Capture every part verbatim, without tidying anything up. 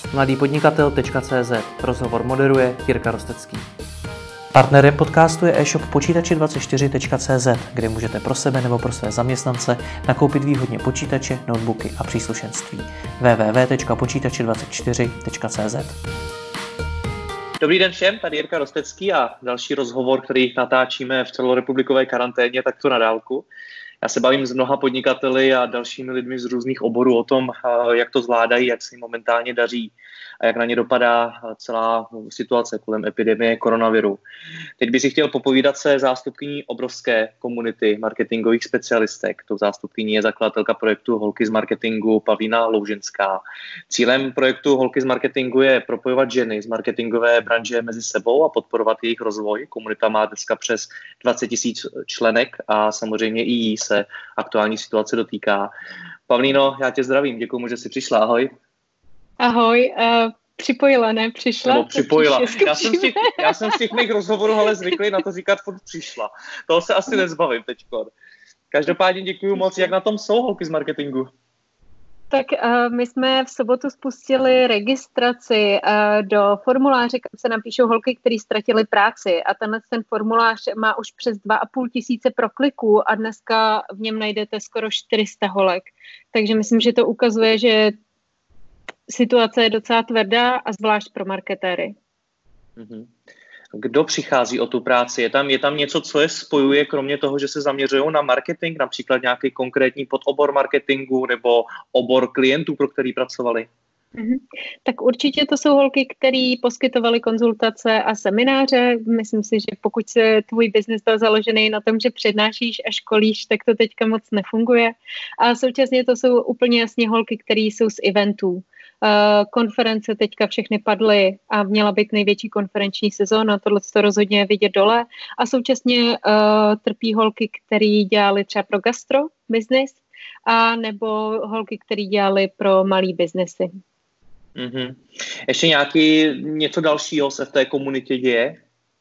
mladýpodnikatel tečka cé zet. Rozhovor moderuje Jirka Rostecký. Partnerem podcastu je e-shop počítače dvacet čtyři tečka cé zet, kde můžete pro sebe nebo pro své zaměstnance nakoupit výhodně počítače, notebooky a příslušenství. w w w tečka počítače dvacet čtyři tečka cé zet. Dobrý den všem, tady Jirka Rostecký a další rozhovor, který natáčíme v celorepublikové karanténě, takto na dálku. Já se bavím s mnoha podnikateli a dalšími lidmi z různých oborů o tom, jak to zvládají, jak se jim momentálně daří a jak na ně dopadá celá situace kolem epidemie koronaviru. Teď bych si chtěl popovídat se zástupkyní obrovské komunity marketingových specialistek. Tou zástupkyní je zakladatelka projektu Holky z marketingu Pavlína Loužinská. Cílem projektu Holky z marketingu je propojovat ženy z marketingové branže mezi sebou a podporovat jejich rozvoj. Komunita má dneska přes dvacet tisíc členek a samozřejmě i jí se aktuální situace dotýká. Pavlíno, já tě zdravím, děkuji, že jsi přišla, ahoj. Ahoj, uh, připojila, ne? Přišla? No, připojila. Já jsem, z těch, já jsem z těch mých rozhovorů ale zvyklý na to říkat furt přišla. Toho se asi nezbavím teďko. Každopádně děkuji moc. Jak na tom jsou holky z marketingu? Tak uh, my jsme v sobotu spustili registraci uh, do formuláře, kam se napíšou holky, které ztratily práci. A tenhle ten formulář má už přes dva a půl tisíce prokliků a dneska v něm najdete skoro čtyři sta holek. Takže myslím, že to ukazuje, že situace je docela tvrdá a zvlášť pro marketéry. Kdo přichází o tu práci? Je tam, je tam něco, co je spojuje, kromě toho, že se zaměřují na marketing, například nějaký konkrétní podobor marketingu nebo obor klientů, pro který pracovali? Mm-hmm. Tak určitě to jsou holky, které poskytovaly konzultace a semináře. Myslím si, že pokud se tvůj biznis byl založený na tom, že přednášíš a školíš, tak to teďka moc nefunguje. A současně to jsou úplně jasně holky, které jsou z eventů. Uh, konference teďka všechny padly a měla být největší konferenční sezóna, tohle to rozhodně je vidět dole. A současně uh, trpí holky, které dělali třeba pro gastro business a nebo holky, které dělali pro malý biznesy. Mm-hmm. Ještě nějaký něco dalšího se v té komunitě děje?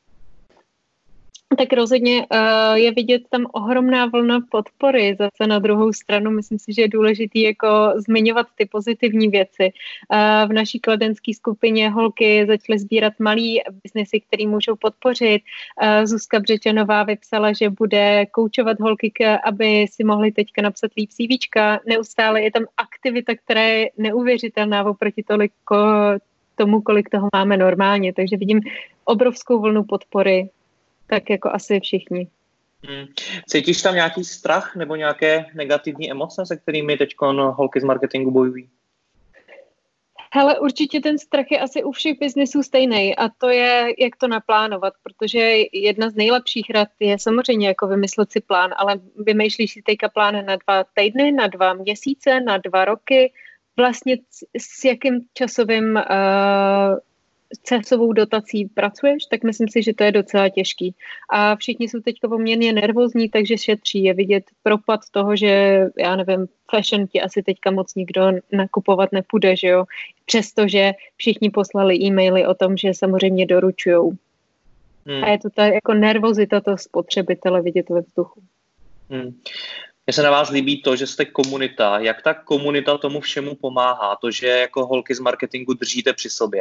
Tak rozhodně uh, je vidět tam ohromná vlna podpory. Zase na druhou stranu myslím si, že je důležitý jako zmiňovat ty pozitivní věci. Uh, v naší kladenské skupině holky začaly sbírat malý biznesy, který můžou podpořit. Uh, Zuzka Břečanová vypsala, že bude koučovat holky, aby si mohly teďka napsat líp CVčka. Neustále je tam aktivita, která je neuvěřitelná oproti toliko tomu, kolik toho máme normálně. Takže vidím obrovskou vlnu podpory. Tak jako asi všichni. Hmm. Cítíš tam nějaký strach nebo nějaké negativní emoce, se kterými teď holky z marketingu bojují? Hele, určitě ten strach je asi u všech biznesů stejný a to je, jak to naplánovat, protože jedna z nejlepších rad je samozřejmě jako vymyslet si plán, ale vymýšlíš si teďka plán na dva týdny, na dva měsíce, na dva roky, vlastně s jakým časovým uh, časovou dotací pracuješ, tak myslím si, že to je docela těžký. A všichni jsou teďka poměrně nervózní, takže šetří. Je vidět propad toho, že já nevím, fashion ti asi teďka moc nikdo nakupovat nepůjde, že jo? Přestože všichni poslali e-maily o tom, že samozřejmě doručujou. Hmm. A je to ta jako nervozita toho spotřebitele vidět ve vzduchu. Hmm. Mně se na vás líbí to, že jste komunita. Jak ta komunita tomu všemu pomáhá? To, že jako holky z marketingu držíte při sobě?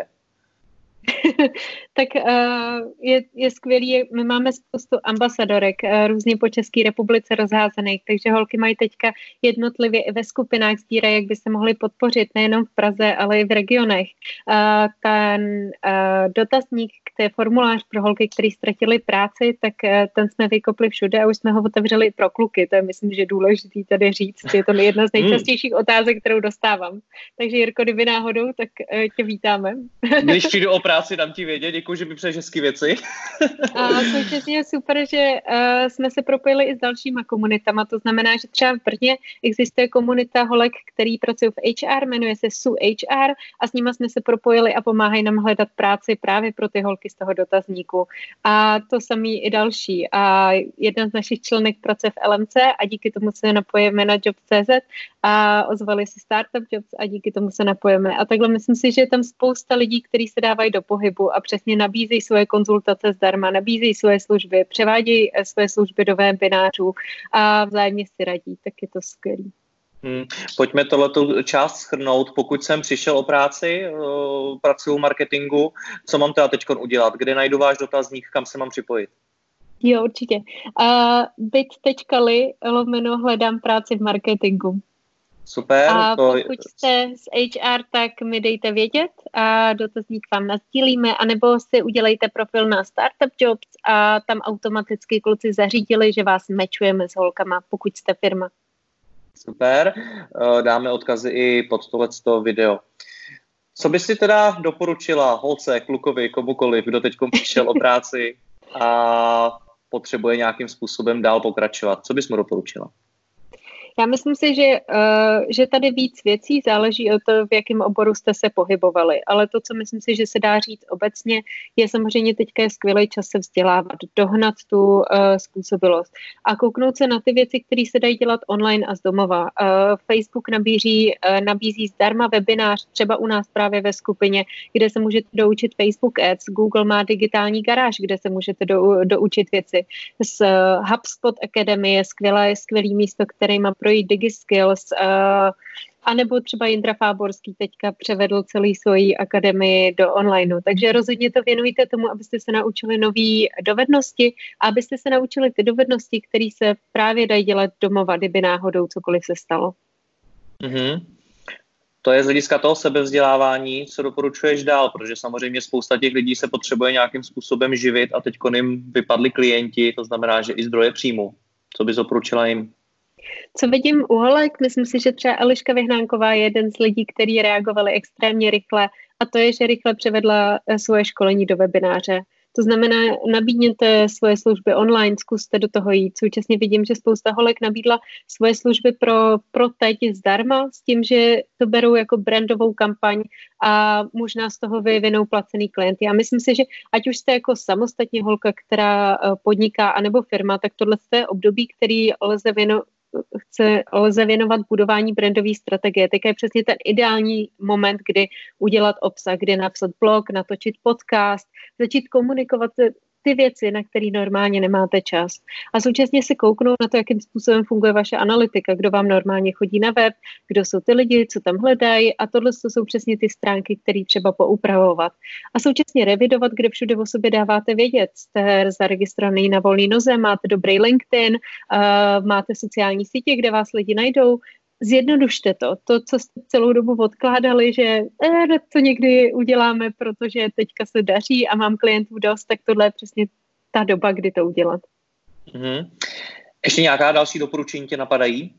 Tak uh, je, je skvělý, my máme spoustu ambasadorek uh, různě po České republice rozházených, takže holky mají teďka jednotlivě i ve skupinách sdírají, jak by se mohly podpořit nejenom v Praze, ale i v regionech. Uh, ten uh, dotazník, který je formulář pro holky, které ztratily práci, tak uh, ten jsme vykopli všude a už jsme ho otevřeli pro kluky. To je myslím, že důležitý tady říct. Je to jedna z nejčastějších otázek, kterou dostávám. Takže Jirko, kdyby náhodou, tak uh, tě vítáme. Když přijdu o práci, dám ti vědět, děkuji, že mi přeješ hezky věci. A současně je super, že uh, jsme se propojili i s dalšíma komunitama, to znamená, že třeba v Brně existuje komunita holek, který pracují v há er, jmenuje se S U há er a s nimi jsme se propojili a pomáhají nám hledat práci právě pro ty holky z toho dotazníku. A to samý i další. A jedna z našich členek pracuje v el em cé a díky tomu se napojíme na Jobs tečka cé zet a ozvali si Startup Jobs a díky tomu se napojíme. A takhle myslím si, že je tam spousta lidí, kteří se dávají do pohybu a přesně nabízejí svoje konzultace zdarma, nabízejí svoje služby, převádějí svoje služby do webinářů a vzájemně si radí, tak je to skvělý. Hmm. Pojďme tohleto část shrnout. Pokud jsem přišel o práci, pracuji v marketingu, co mám teda teď udělat? Kde najdu váš dotazník, kam se mám připojit? Jo, určitě. Uh, bit.ly lomeno hledám práci v marketingu. Super. A to... pokud jste z H R, tak mi dejte vědět a dotazník vám nasdílíme, anebo si udělejte profil na Startup Jobs a tam automaticky kluci zařídili, že vás mečujeme s holkama, pokud jste firma. Super. Dáme odkazy i pod tohleto video. Co bys si teda doporučila holce, klukovi, komukoliv, kdo teď přišel o práci a potřebuje nějakým způsobem dál pokračovat? Co bys mu doporučila? Já myslím si, že, uh, že tady víc věcí záleží o to, v jakém oboru jste se pohybovali, ale to, co myslím si, že se dá říct obecně, je samozřejmě teďka je skvělý čas se vzdělávat, dohnat tu uh, způsobilost a kouknout se na ty věci, které se dají dělat online a z domova. Uh, Facebook nabízí, uh, nabízí zdarma webinář, třeba u nás právě ve skupině, kde se můžete doučit Facebook Ads, Google má digitální garáž, kde se můžete do, doučit věci. Z uh, HubSpot Academy je skvělé, skvělý místo, který má projít DigiSkills, uh, anebo třeba Jindra Fáborský teďka převedl celý svoji akademii do onlineu. Takže rozhodně to věnujte tomu, abyste se naučili nové dovednosti a abyste se naučili ty dovednosti, které se právě dají dělat domova, kdyby náhodou cokoliv se stalo. Mm-hmm. To je z hlediska toho sebevzdělávání, co doporučuješ dál, protože samozřejmě spousta těch lidí se potřebuje nějakým způsobem živit a teď jim vypadli klienti, to znamená, že i zdroje příjmu. Co bys doporučila jim? Co vidím u holek, myslím si, že třeba Eliška Vyhnánková je jeden z lidí, kteří reagovali extrémně rychle a to je, že rychle převedla svoje školení do webináře. To znamená, nabídněte svoje služby online, zkuste do toho jít. Současně vidím, že spousta holek nabídla svoje služby pro, pro teď zdarma s tím, že to berou jako brandovou kampaň a možná z toho vyvinou placený klient. Já myslím si, že ať už jste jako samostatně holka, která podniká, anebo firma, tak tohle je období, který lze věnovat chce lze věnovat budování brandové strategie. Tak je přesně ten ideální moment, kdy udělat obsah, kdy napsat blog, natočit podcast, začít komunikovat ty věci, na které normálně nemáte čas. A současně si kouknout na to, jakým způsobem funguje vaše analytika, kdo vám normálně chodí na web, kdo jsou ty lidi, co tam hledají a tohle jsou přesně ty stránky, které třeba poupravovat. A současně revidovat, kde všude o sobě dáváte vědět. Jste zaregistrovaný na volný noze, máte dobrý LinkedIn, uh, máte sociální sítě, kde vás lidi najdou. Zjednodušte to. To, co jste celou dobu odkládali, že eh, to někdy uděláme, protože teďka se daří a mám klientů dost, tak tohle je přesně ta doba, kdy to udělat. Mm-hmm. Ještě nějaká další doporučení tě napadají?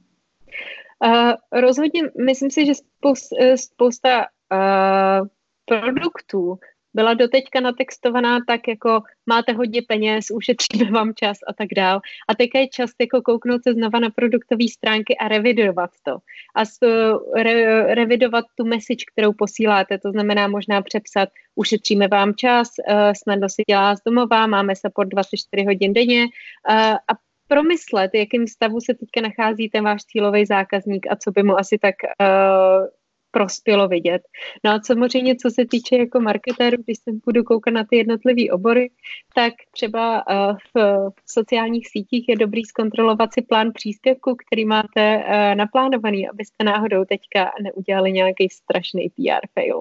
Uh, rozhodně myslím si, že spousta, spousta uh, produktů byla doteďka natextovaná tak, jako máte hodně peněz, ušetříme vám čas a tak dál. A teďka je čas jako kouknout se znova na produktové stránky a revidovat to. A s, re, revidovat tu message, kterou posíláte. To znamená možná přepsat, ušetříme vám čas, uh, snadno si dělá z domova, máme support dvacet čtyři hodin denně uh, a promyslet, jakým stavu se teďka nachází ten váš cílový zákazník a co by mu asi tak uh, prospělo vidět. No a samozřejmě, co se týče jako marketérů, když se budu koukat na ty jednotlivé obory, tak třeba uh, v, v sociálních sítích je dobrý zkontrolovat si plán příspěvku, který máte uh, naplánovaný, abyste náhodou teďka neudělali nějaký strašný P R fail.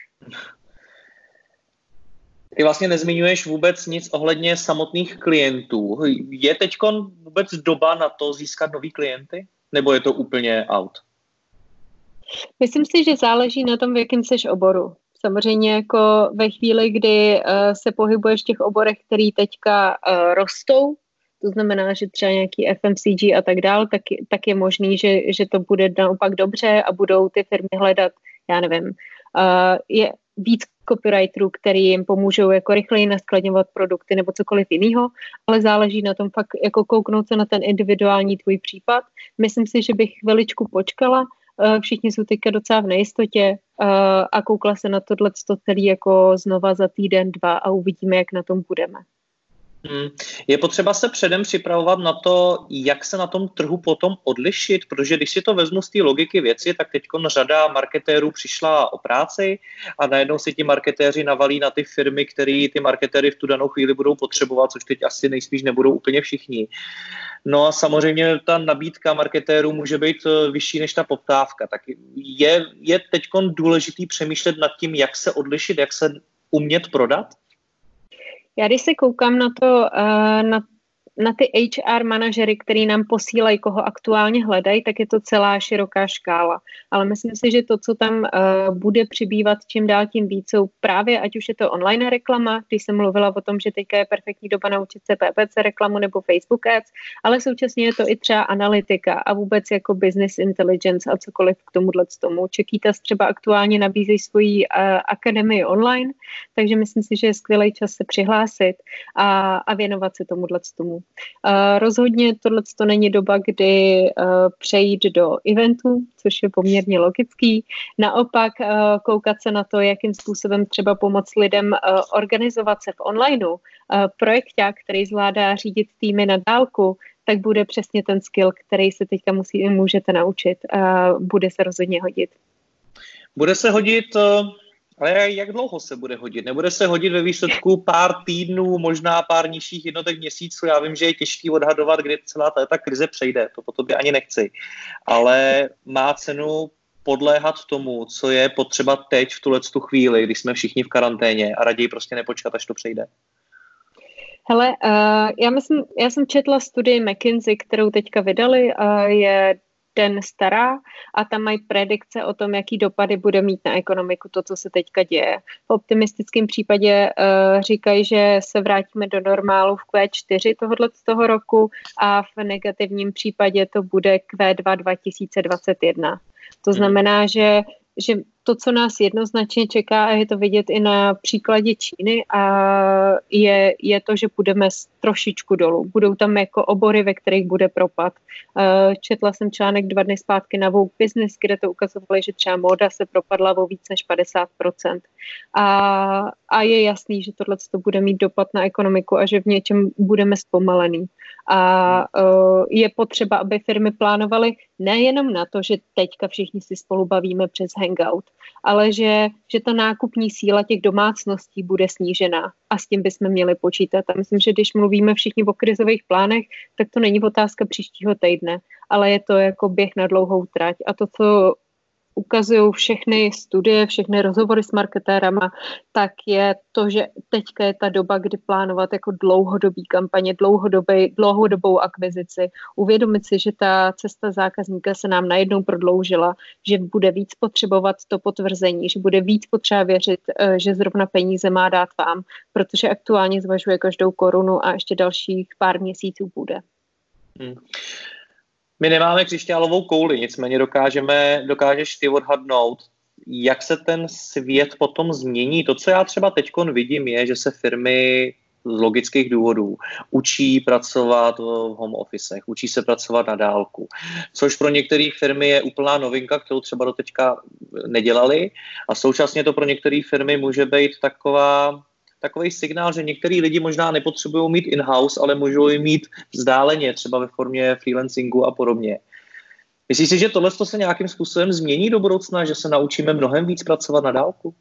Ty vlastně nezmiňuješ vůbec nic ohledně samotných klientů. Je teď vůbec doba na to získat nový klienty? Nebo je to úplně out? Myslím si, že záleží na tom, v jakém seš oboru. Samozřejmě jako ve chvíli, kdy uh, se pohybuješ v těch oborech, který teďka uh, rostou, to znamená, že třeba nějaký F M C G a tak dál, tak, tak je možný, že, že to bude naopak dobře a budou ty firmy hledat, já nevím, uh, je víc copywriterů, který jim pomůžou jako rychleji naskladňovat produkty nebo cokoliv jiného, ale záleží na tom fakt jako kouknout se na ten individuální tvůj případ. Myslím si, že bych chviličku počkala, všichni jsou teďka docela v nejistotě a koukla se na tohle celý jako znova za týden, dva a uvidíme, jak na tom budeme. Hmm. Je potřeba se předem připravovat na to, jak se na tom trhu potom odlišit, protože když si to vezmu z té logiky věci, tak teď řada marketérů přišla o práci a najednou si ti marketéři navalí na ty firmy, které ty marketéry v tu danou chvíli budou potřebovat, což teď asi nejspíš nebudou úplně všichni. No a samozřejmě ta nabídka marketérů může být vyšší než ta poptávka. Tak je, je teď důležitý přemýšlet nad tím, jak se odlišit, jak se umět prodat? Já když se koukám na to, na, na ty H R manažery, který nám posílají, koho aktuálně hledají, tak je to celá široká škála. Ale myslím si, že to, co tam uh, bude přibývat čím dál tím víc, jsou právě, ať už je to online reklama, když jsem mluvila o tom, že teďka je perfektní doba naučit se P P C reklamu nebo Facebook Ads, ale současně je to i třeba analytika a vůbec jako business intelligence a cokoliv k tomuhle tomu. Čekýtas třeba aktuálně nabízejí svoji uh, akademii online, takže myslím si, že je skvělý čas se přihlásit a, a věnovat se tomuhle tomu. Uh, rozhodně tohle to není doba, kdy uh, přejít do eventu, což je poměrně logický. Naopak uh, koukat se na to, jakým způsobem třeba pomoct lidem uh, organizovat se v onlineu. Uh, projekták, který zvládá řídit týmy na dálku, tak bude přesně ten skill, který se teďka musí, můžete naučit. Uh, bude se rozhodně hodit. Bude se hodit... Uh... Ale jak dlouho se bude hodit? Nebude se hodit ve výsledku pár týdnů, možná pár nižších jednotek měsíců? Já vím, že je těžký odhadovat, kdy celá ta, ta krize přejde, to po tobě ani nechci. Ale má cenu podléhat tomu, co je potřeba teď v tuhletu chvíli, když jsme všichni v karanténě a raději prostě nepočkat, až to přejde. Hele, uh, já myslím, já jsem četla studii McKinsey, kterou teďka vydali, uh, je den stará a tam mají predikce o tom, jaký dopady bude mít na ekonomiku to, co se teďka děje. V optimistickém případě uh, říkají, že se vrátíme do normálu v Q čtyři tohoto z toho roku a v negativním případě to bude Q dva dva tisíce dvacet jedna. To znamená, že že to, co nás jednoznačně čeká, a je to vidět i na příkladě Číny, a je, je to, že půjdeme trošičku dolů. Budou tam jako obory, ve kterých bude propad. Četla jsem článek dva dny zpátky na Vogue Business, kde to ukazovali, že třeba móda se propadla o víc než padesát procent. A, a je jasný, že tohle to bude mít dopad na ekonomiku a že v něčem budeme zpomalený. A uh, je potřeba, aby firmy plánovaly nejenom na to, že teďka všichni si spolu bavíme přes Hangout, ale že, že ta nákupní síla těch domácností bude snížená a s tím bychom měli počítat. A myslím, že když mluvíme všichni o krizových plánech, tak to není otázka příštího týdne, ale je to jako běh na dlouhou trať. A to, co ukazují všechny studie, všechny rozhovory s marketérama, tak je to, že teďka je ta doba, kdy plánovat jako dlouhodobý kampaně, dlouhodobý, dlouhodobou akvizici. Uvědomit si, že ta cesta zákazníka se nám najednou prodloužila, že bude víc potřebovat to potvrzení, že bude víc potřeba věřit, že zrovna peníze má dát vám, protože aktuálně zvažuje každou korunu a ještě dalších pár měsíců bude. Hmm. My nemáme křišťálovou kouli, nicméně dokážeme, dokážeš ty odhadnout, jak se ten svět potom změní. To, co já třeba teďkon vidím, je, že se firmy z logických důvodů učí pracovat v home officech, učí se pracovat na dálku, což pro některé firmy je úplná novinka, kterou třeba doteďka nedělali, a současně to pro některé firmy může být taková takový signál, že některý lidi možná nepotřebují mít in-house, ale můžou ji mít vzdáleně, třeba ve formě freelancingu a podobně. Myslíš si, že tohle se nějakým způsobem změní do budoucna, že se naučíme mnohem víc pracovat na dálku?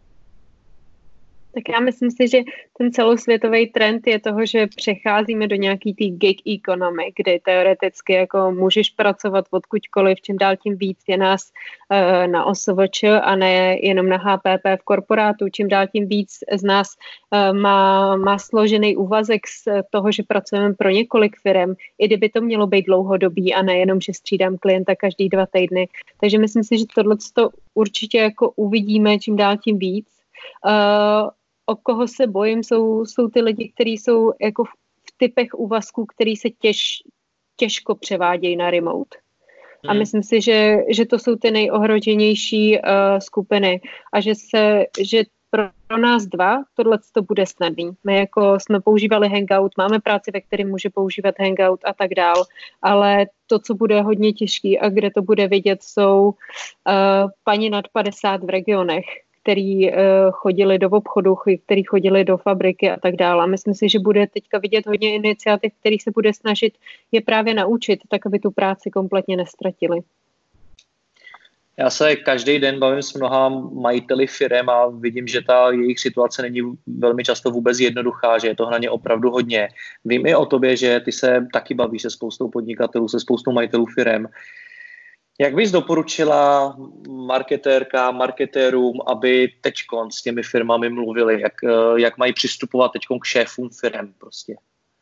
Tak já myslím si, že ten celosvětový trend je toho, že přecházíme do nějaký tý gig economy, kdy teoreticky jako můžeš pracovat odkudkoliv, čím dál tím víc je nás uh, na O S V Č a ne jenom na H P P v korporátu, čím dál tím víc z nás uh, má, má složený úvazek z toho, že pracujeme pro několik firem, i kdyby to mělo být dlouhodobý a nejenom, že střídám klienta každý dva týdny. Takže myslím si, že tohle určitě jako uvidíme čím dál tím víc. Uh, O koho se bojím, jsou, jsou ty lidi, kteří jsou jako v, v typech úvazků, který se těž, těžko převádějí na remote. Hmm. A myslím si, že, že to jsou ty nejohroženější uh, skupiny a že, se, že pro, pro nás dva tohle to bude snadný. My jako jsme používali Hangout, máme práci, ve které může používat Hangout a tak dál, ale to, co bude hodně těžký a kde to bude vidět, jsou uh, paní nad padesát v regionech, který uh, chodili do obchodu, který chodili do fabriky a tak dále. Myslím si, že bude teďka vidět hodně iniciativ, který se bude snažit je právě naučit, tak aby tu práci kompletně nestratili. Já se každý den bavím s mnoha majiteli firem a vidím, že ta jejich situace není velmi často vůbec jednoduchá, že je to na ně opravdu hodně. Vím i o tobě, že ty se taky bavíš se spoustou podnikatelů, se spoustou majitelů firem. Jak bys doporučila marketérkám, marketérům, aby teďkon s těmi firmami mluvili? Jak, jak mají přistupovat teďkon k šéfům firem prostě?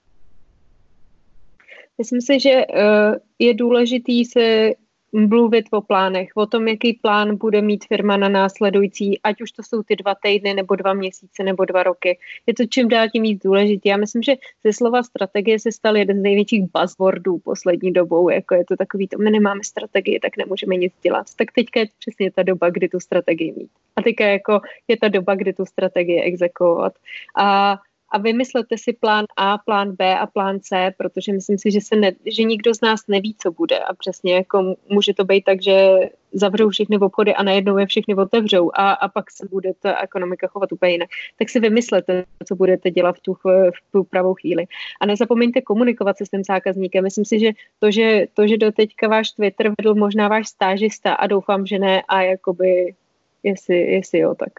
Myslím si, že je důležitý se mluvit o plánech, o tom, jaký plán bude mít firma na následující, ať už to jsou ty dva týdny, nebo dva měsíce, nebo dva roky. Je to čím dál tím víc důležitý. Já myslím, že ze slova strategie se stal jeden z největších buzzwordů poslední dobou, jako je to takový, to my nemáme strategii, tak nemůžeme nic dělat. Tak teďka je přesně ta doba, kdy tu strategii mít. A teďka jako je ta doba, kdy tu strategii exekuovat. A A vymyslete si plán A, plán B a plán C, protože myslím si, že, se ne, že nikdo z nás neví, co bude. A přesně jako může to být tak, že zavřou všechny obchody a najednou je všechny otevřou a, a pak se bude ta ekonomika chovat úplně jinak. Tak si vymyslete, co budete dělat v tu, v tu pravou chvíli. A nezapomeňte komunikovat se s tím zákazníkem. Myslím si, že to, že, to, že doteďka váš Twitter vedl možná váš stážista a doufám, že ne a jakoby, jestli, jestli jo, tak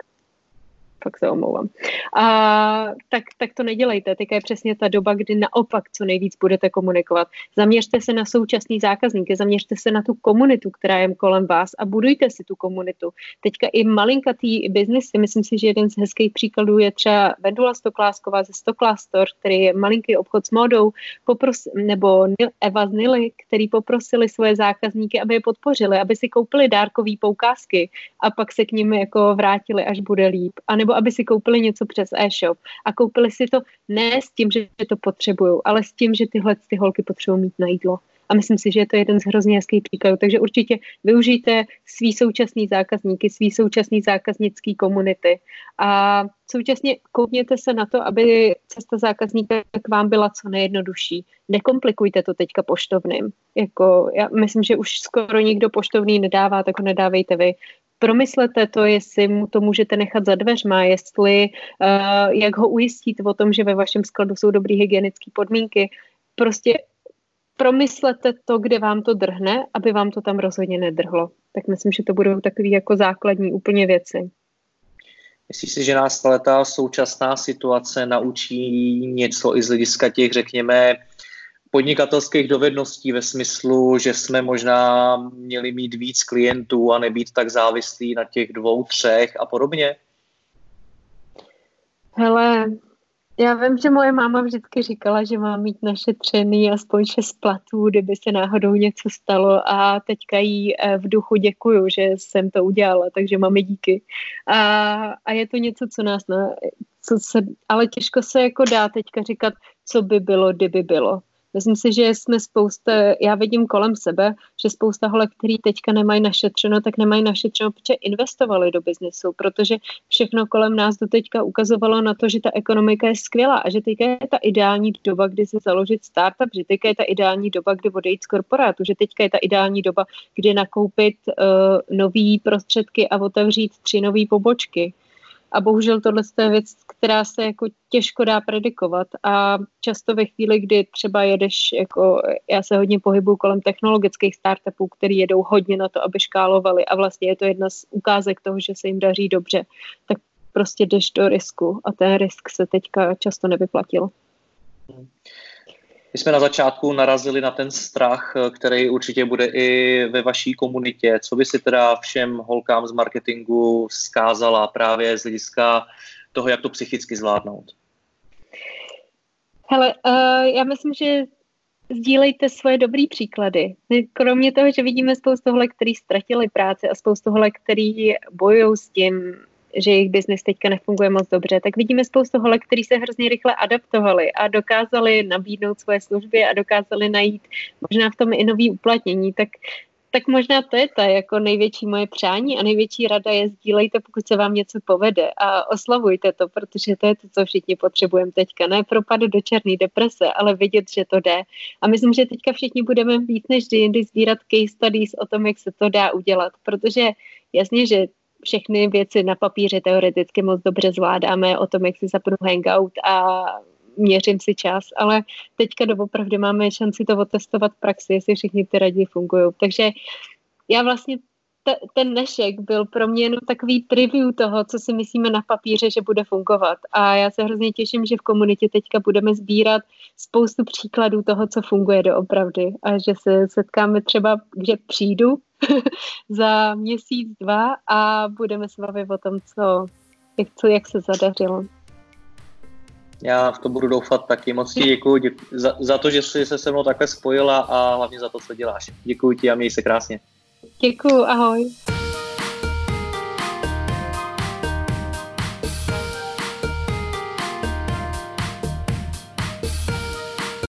fakt se omlouvám. A tak, tak to nedělejte. Teďka je přesně ta doba, kdy naopak co nejvíc budete komunikovat. Zaměřte se na současný zákazníky, zaměřte se na tu komunitu, která je kolem vás a budujte si tu komunitu. Teďka i malinkatý biznesy, myslím si, že jeden z hezkých příkladů je třeba Vendula Stoklásková ze Stoklás Store, který je malinký obchod s módou, popros, nebo Eva z Nily, který poprosili svoje zákazníky, aby je podpořili, aby si koupili dárkový poukázky a pak se k nim jako vrátili, až bude líp. A nebo aby si koupili něco přes e-shop a koupili si to ne s tím, že to potřebují, ale s tím, že tyhle ty holky potřebují mít na jídlo. A myslím si, že je to jeden z hrozně hezkých příkladů. Takže určitě využijte svý současný zákazníky, svý současný zákaznický komunity a současně koukněte se na to, aby cesta zákazníka k vám byla co nejjednodušší. Nekomplikujte to teďka poštovným. Jako, já myslím, že už skoro nikdo poštovný nedává, tak ho nedávejte vy. Promyslete to, jestli mu to můžete nechat za dveřma, jestli, uh, jak ho ujistíte o tom, že ve vašem skladu jsou dobré hygienické podmínky. Prostě promyslete to, kde vám to drhne, aby vám to tam rozhodně nedrhlo. Tak myslím, že to budou takové jako základní úplně věci. Myslíš si, že nás ta současná situace naučí něco i z hlediska těch, řekněme, podnikatelských dovedností ve smyslu, že jsme možná měli mít víc klientů a nebýt tak závislí na těch dvou, třech a podobně? Hele, já vím, že moje máma vždycky říkala, že mám mít našetřený aspoň šest platů, kdyby se náhodou něco stalo a teďka jí v duchu děkuju, že jsem to udělala, takže máme díky. A, a je to něco, co nás na, co se, ale těžko se jako dá teďka říkat, co by bylo, kdyby bylo. Myslím si, že jsme spousta, já vidím kolem sebe, že spousta holek, který teďka nemají našetřeno, tak nemají našetřeno, protože investovali do biznesu, protože všechno kolem nás do teďka ukazovalo na to, že ta ekonomika je skvělá a že teďka je ta ideální doba, kdy se založit startup, že teďka je ta ideální doba, kdy odejít z korporátu, že teďka je ta ideální doba, kdy nakoupit uh, nový prostředky a otevřít tři nový pobočky. A bohužel tohle je věc, která se jako těžko dá predikovat a často ve chvíli, kdy třeba jedeš, jako já se hodně pohybuju kolem technologických startupů, který jedou hodně na to, aby škálovali a vlastně je to jedna z ukázek toho, že se jim daří dobře, tak prostě jdeš do risku a ten risk se teďka často nevyplatil. My jsme na začátku narazili na ten strach, který určitě bude i ve vaší komunitě. Co by si teda všem holkám z marketingu vzkázala právě z hlediska toho, jak to psychicky zvládnout? Hele, uh, já myslím, že sdílejte svoje dobrý příklady. Kromě toho, že vidíme spoustu holek, který ztratili práci a spoustu holek, který bojují s tím, že jejich biznis teďka nefunguje moc dobře, tak vidíme spoustu holek, který se hrozně rychle adaptovali a dokázali nabídnout svoje služby a dokázali najít možná v tom i nový uplatnění, tak, tak možná to je ta jako největší moje přání a největší rada je sdílejte, pokud se vám něco povede a oslavujte to, protože to je to, co všichni potřebujeme teďka. Ne propadu do černé deprese, ale vidět, že to jde. A myslím, že teďka všichni budeme víc než jindy sbírat case studies o tom, jak se to dá udělat, protože jasně, že všechny věci na papíře teoreticky moc dobře zvládáme, o tom, jak si zapnu Hangout a měřím si čas, ale teďka doopravdy máme šanci to otestovat v praxi, jestli všichni ty radi fungují. Takže já vlastně t- ten dnešek byl pro mě jenom takový preview toho, co si myslíme na papíře, že bude fungovat. A já se hrozně těším, že v komunitě teďka budeme sbírat spoustu příkladů toho, co funguje doopravdy a že se setkáme třeba, že přijdu za měsíc, dva a budeme se bavit o tom, co, jak, co, jak se zadařilo. Já v to budu doufat taky. Moc ti děkuji děkuji za, za to, že jsi se se mnou takhle spojila a hlavně za to, co děláš. Děkuji ti a měj se krásně. Děkuji, ahoj.